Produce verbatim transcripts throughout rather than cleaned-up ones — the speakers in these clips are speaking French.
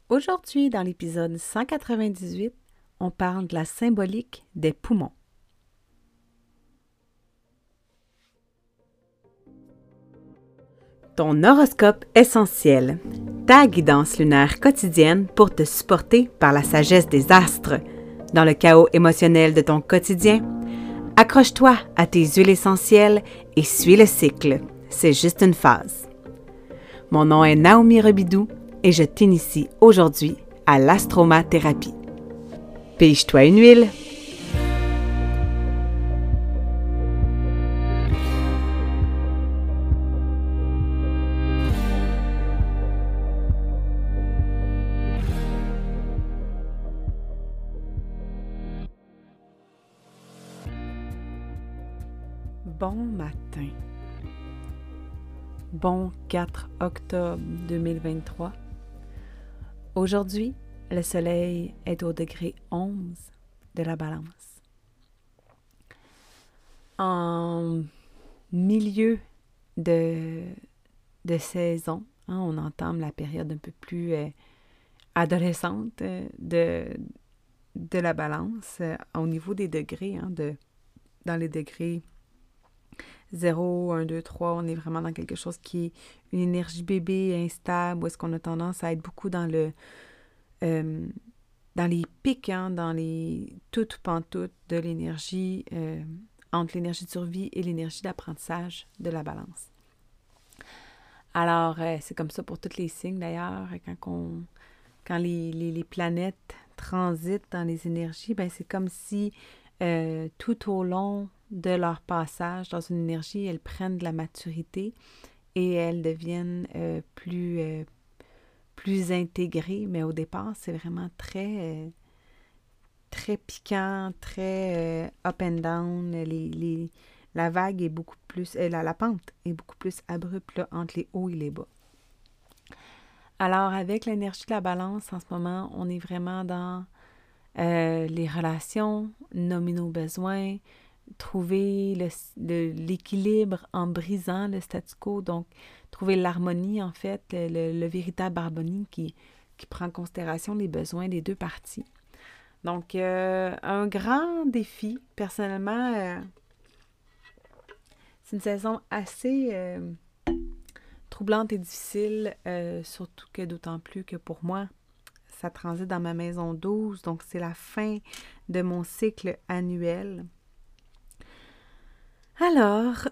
Aujourd'hui, dans l'épisode cent quatre-vingt-dix-huit, on parle de la symbolique des poumons. Ton horoscope essentiel, ta guidance lunaire quotidienne pour te supporter par la sagesse des astres. Dans le chaos émotionnel de ton quotidien, accroche-toi à tes huiles essentielles et suis le cycle. C'est juste une phase. Mon nom est Naomi Robidoux et je t'initie aujourd'hui à l'astromathérapie. Pige-toi une huile. Bon matin. Bon quatre octobre deux mille vingt-trois. Aujourd'hui, le soleil est au degré onze de la balance. En milieu de, de saison, hein, on entame la période un peu plus euh, adolescente euh, de, de la balance euh, au niveau des degrés, hein, de, dans les degrés zéro, un, deux, trois, on est vraiment dans quelque chose qui est une énergie bébé instable, où est-ce qu'on a tendance à être beaucoup dans le euh, dans les pics, hein, dans les toutes pantoutes de l'énergie, euh, entre l'énergie de survie et l'énergie d'apprentissage de la balance. Alors, euh, c'est comme ça pour tous les signes d'ailleurs, quand, on, quand les, les, les planètes transitent dans les énergies, ben c'est comme si euh, tout au long de leur passage dans une énergie, elles prennent de la maturité et elles deviennent euh, plus, euh, plus intégrées. Mais au départ, c'est vraiment très, euh, très piquant, très euh, up and down. Les, les, la vague est beaucoup plus, euh, la, la pente est beaucoup plus abrupte là, entre les hauts et les bas. Alors, avec l'énergie de la balance, en ce moment, on est vraiment dans euh, les relations, nommer nos besoins, trouver le, le, l'équilibre en brisant le statu quo, donc trouver l'harmonie, en fait, le, le véritable harmonie qui, qui prend en considération les besoins des deux parties. Donc, euh, un grand défi, personnellement, euh, c'est une saison assez euh, troublante et difficile, euh, surtout que d'autant plus que pour moi, ça transite dans ma maison douze, donc c'est la fin de mon cycle annuel. Alors,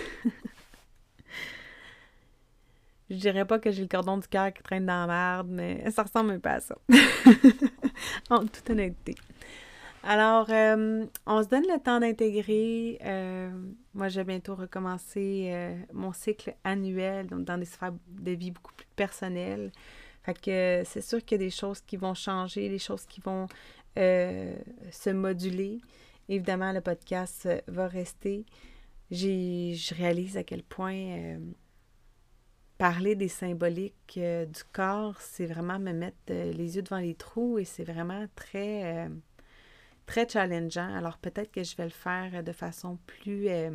je dirais pas que j'ai le cordon du cœur qui traîne dans la merde, mais ça ressemble un peu à ça. En toute honnêteté. Alors, euh, on se donne le temps d'intégrer. Euh, moi, je vais bientôt recommencer euh, mon cycle annuel, donc dans des sphères de vie beaucoup plus personnelles. Fait que c'est sûr qu'il y a des choses qui vont changer, des choses qui vont euh, se moduler. Évidemment, le podcast va rester. J'ai, je réalise à quel point euh, parler des symboliques euh, du corps, c'est vraiment me mettre euh, les yeux devant les trous et c'est vraiment très, euh, très challengeant. Alors peut-être que je vais le faire de façon plus, euh,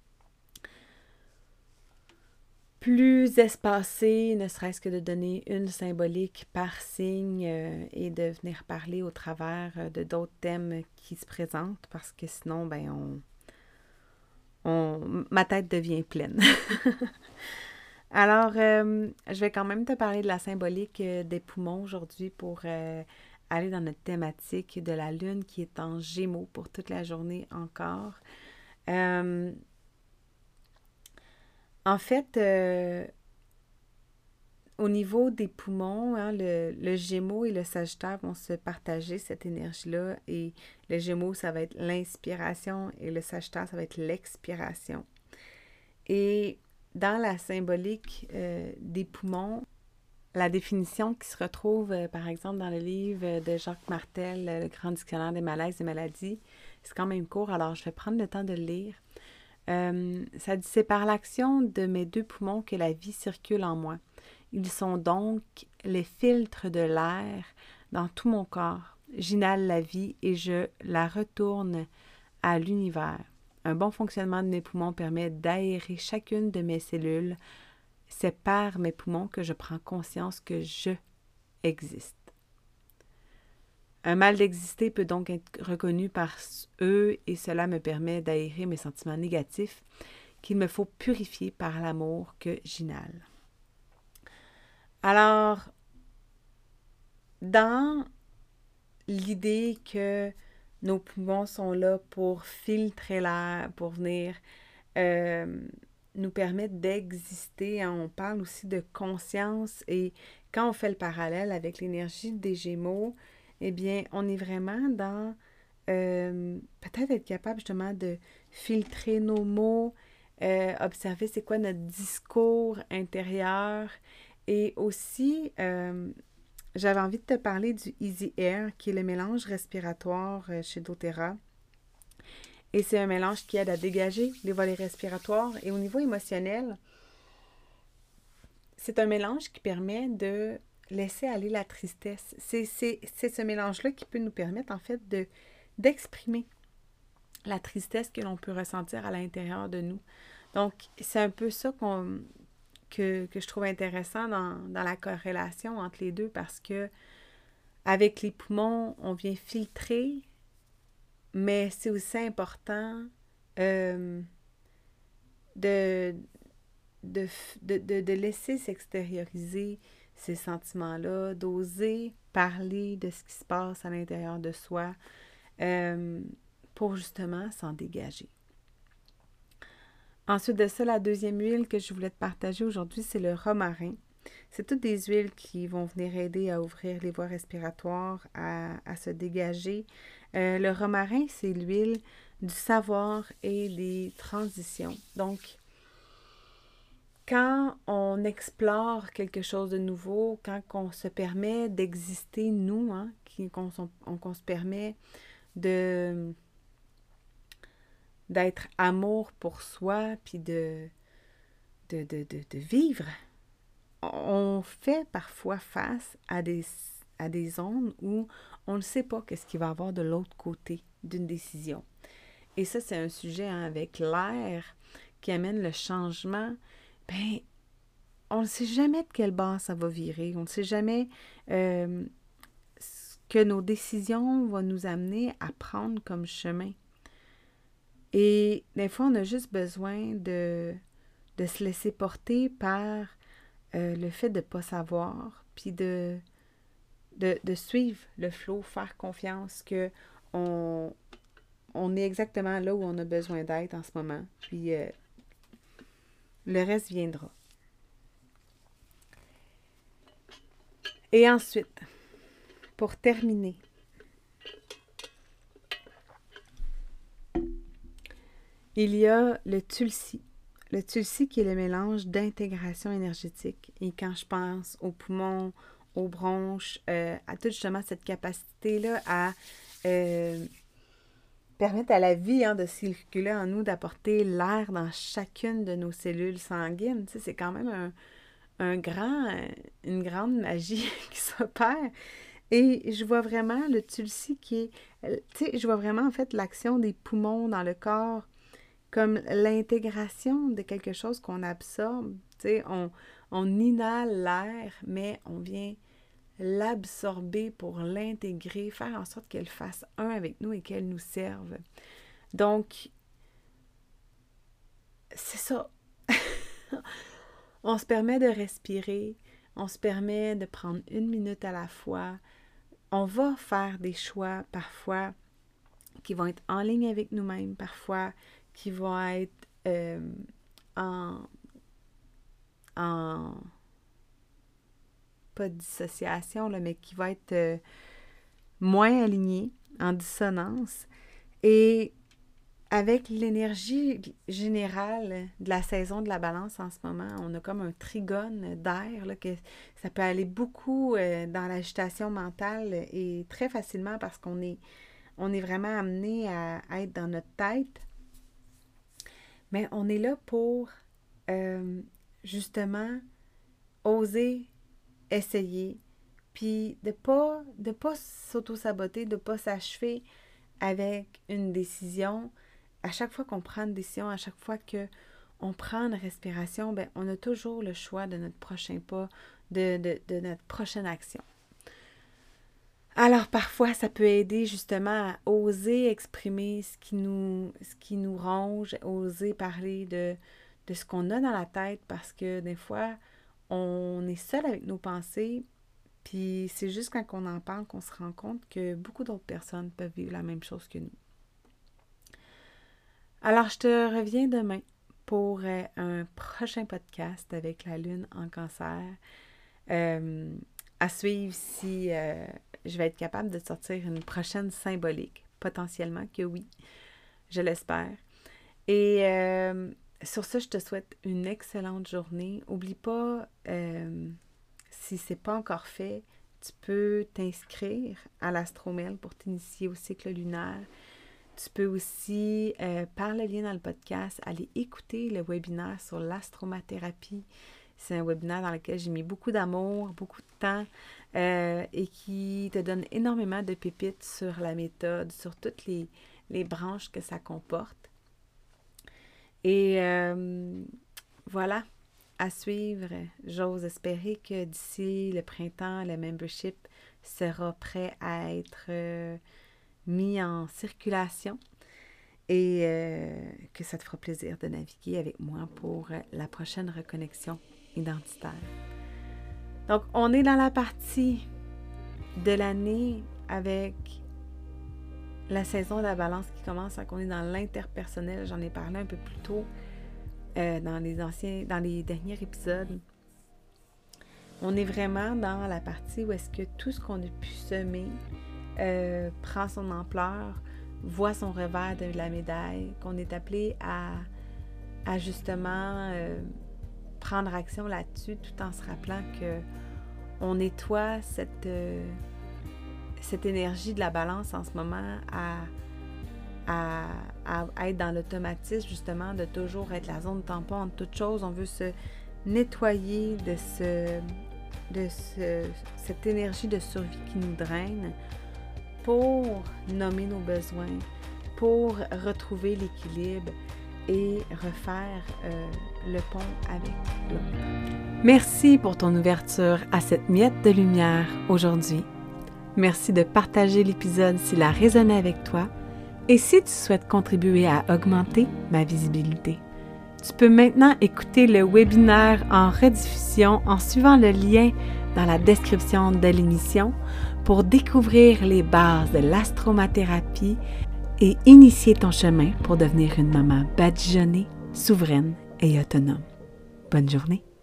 plus espacée, ne serait-ce que de donner une symbolique par signe euh, et de venir parler au travers euh, de d'autres thèmes qui se présentent parce que sinon, ben on On, ma tête devient pleine. Alors, euh, je vais quand même te parler de la symbolique euh, des poumons aujourd'hui pour euh, aller dans notre thématique de la lune qui est en Gémeaux pour toute la journée encore. Euh, en fait, euh, au niveau des poumons, hein, le, le Gémeaux et le Sagittaire vont se partager cette énergie-là et le Gémeaux, ça va être l'inspiration et le Sagittaire, ça va être l'expiration. Et dans la symbolique euh, des poumons, la définition qui se retrouve, euh, par exemple, dans le livre de Jacques Martel, Le Grand Dictionnaire des malaises et maladies, c'est quand même court, alors je vais prendre le temps de le lire. Euh, ça dit « C'est par l'action de mes deux poumons que la vie circule en moi. Ils sont donc les filtres de l'air dans tout mon corps. J'inhale la vie et je la retourne à l'univers. Un bon fonctionnement de mes poumons permet d'aérer chacune de mes cellules. C'est par mes poumons que je prends conscience que je existe. » Un mal d'exister peut donc être reconnu par eux et cela me permet d'aérer mes sentiments négatifs qu'il me faut purifier par l'amour que j'inhale. Alors, dans l'idée que nos poumons sont là pour filtrer l'air, pour venir euh, nous permettre d'exister, hein, on parle aussi de conscience et quand on fait le parallèle avec l'énergie des Gémeaux, eh bien, on est vraiment dans euh, peut-être être capable justement de filtrer nos mots, euh, observer c'est quoi notre discours intérieur et aussi, euh, j'avais envie de te parler du Easy Air, qui est le mélange respiratoire euh, chez doTERRA. Et c'est un mélange qui aide à dégager les volets respiratoires. Et au niveau émotionnel, c'est un mélange qui permet de laisser aller la tristesse. C'est, c'est, c'est ce mélange-là qui peut nous permettre, en fait, de, d'exprimer la tristesse que l'on peut ressentir à l'intérieur de nous. Donc, c'est un peu ça qu'on, que, que je trouve intéressant dans, dans la corrélation entre les deux parce que avec les poumons, on vient filtrer, mais c'est aussi important euh, de, de, de, de, de laisser s'extérioriser ces sentiments-là, d'oser parler de ce qui se passe à l'intérieur de soi euh, pour justement s'en dégager. Ensuite de ça, la deuxième huile que je voulais te partager aujourd'hui, c'est le romarin. C'est toutes des huiles qui vont venir aider à ouvrir les voies respiratoires, à, à se dégager. Euh, le romarin, c'est l'huile du savoir et des transitions. Donc, quand on explore quelque chose de nouveau, quand on se permet d'exister, nous, hein, qu'on, on, qu'on se permet de... d'être amour pour soi, puis de, de, de, de, de vivre, on fait parfois face à des, à des zones où on ne sait pas qu'est-ce qu'il va y avoir de l'autre côté d'une décision. Et ça, c'est un sujet hein, avec l'air qui amène le changement. Ben, on ne sait jamais de quel bord ça va virer. On ne sait jamais euh, ce que nos décisions vont nous amener à prendre comme chemin. Et des fois, on a juste besoin de, de se laisser porter par euh, le fait de ne pas savoir, puis de, de, de suivre le flow, faire confiance qu'on on est exactement là où on a besoin d'être en ce moment. Puis euh, le reste viendra. Et ensuite, pour terminer, il y a le tulsi. Le tulsi qui est le mélange d'intégration énergétique. Et quand je pense aux poumons, aux bronches, euh, à toute justement cette capacité-là à euh, permettre à la vie hein, de circuler en nous, d'apporter l'air dans chacune de nos cellules sanguines. Tu sais, c'est quand même un, un grand, une grande magie qui s'opère. Et je vois vraiment le tulsi qui est... Tu sais, je vois vraiment en fait l'action des poumons dans le corps comme l'intégration de quelque chose qu'on absorbe. Tu sais, on, on inhale l'air, mais on vient l'absorber pour l'intégrer, faire en sorte qu'elle fasse un avec nous et qu'elle nous serve. Donc, c'est ça. On se permet de respirer, on se permet de prendre une minute à la fois. On va faire des choix parfois qui vont être en ligne avec nous-mêmes, parfois qui vont être euh, en, en pas de dissociation, là, mais qui vont être euh, moins alignés, en dissonance. Et avec l'énergie générale de la saison de la balance en ce moment, on a comme un trigone d'air, là, que ça peut aller beaucoup euh, dans l'agitation mentale et très facilement parce qu'on est, on est vraiment amené à, à être dans notre tête. Mais on est là pour euh, justement oser essayer, puis de pas, de pas s'auto-saboter, de pas s'achever avec une décision. À chaque fois qu'on prend une décision, à chaque fois qu'on prend une respiration, ben, on a toujours le choix de notre prochain pas, de, de, de notre prochaine action. Alors parfois, ça peut aider justement à oser exprimer ce qui nous, ce qui nous ronge, oser parler de, de ce qu'on a dans la tête parce que des fois, on est seul avec nos pensées, puis c'est juste quand on en parle qu'on se rend compte que beaucoup d'autres personnes peuvent vivre la même chose que nous. Alors, je te reviens demain pour euh, un prochain podcast avec la Lune en Cancer. Euh, à suivre si euh, je vais être capable de sortir une prochaine symbolique. Potentiellement que oui, je l'espère. Et euh, sur ce, je te souhaite une excellente journée. N'oublie pas, euh, si ce n'est pas encore fait, tu peux t'inscrire à l'Astromel pour t'initier au cycle lunaire. Tu peux aussi, euh, par le lien dans le podcast, aller écouter le webinaire sur l'astromathérapie. C'est un webinaire dans lequel j'ai mis beaucoup d'amour, beaucoup de temps euh, et qui te donne énormément de pépites sur la méthode, sur toutes les, les branches que ça comporte. Et euh, voilà, à suivre. J'ose espérer que d'ici le printemps, le membership sera prêt à être euh, mis en circulation et euh, que ça te fera plaisir de naviguer avec moi pour la prochaine reconnexion identitaire. Donc, on est dans la partie de l'année avec la saison de la balance qui commence, quand on est dans l'interpersonnel. J'en ai parlé un peu plus tôt euh, dans les anciens, dans les derniers épisodes. On est vraiment dans la partie où est-ce que tout ce qu'on a pu semer euh, prend son ampleur, voit son revers de la médaille, qu'on est appelé à, à justement euh, prendre action là-dessus, tout en se rappelant que on nettoie cette, euh, cette énergie de la balance en ce moment à, à, à être dans l'automatisme, justement, de toujours être la zone tampon entre toutes choses. On veut se nettoyer de, ce, de ce, cette énergie de survie qui nous draine pour nommer nos besoins, pour retrouver l'équilibre et refaire euh, le pont avec l'autre. Merci pour ton ouverture à cette miette de lumière aujourd'hui. Merci de partager l'épisode s'il a résonné avec toi et si tu souhaites contribuer à augmenter ma visibilité. Tu peux maintenant écouter le webinaire en rediffusion en suivant le lien dans la description de l'émission pour découvrir les bases de l'astromathérapie et initier ton chemin pour devenir une maman badigeonnée, souveraine et autonome. Bonne journée!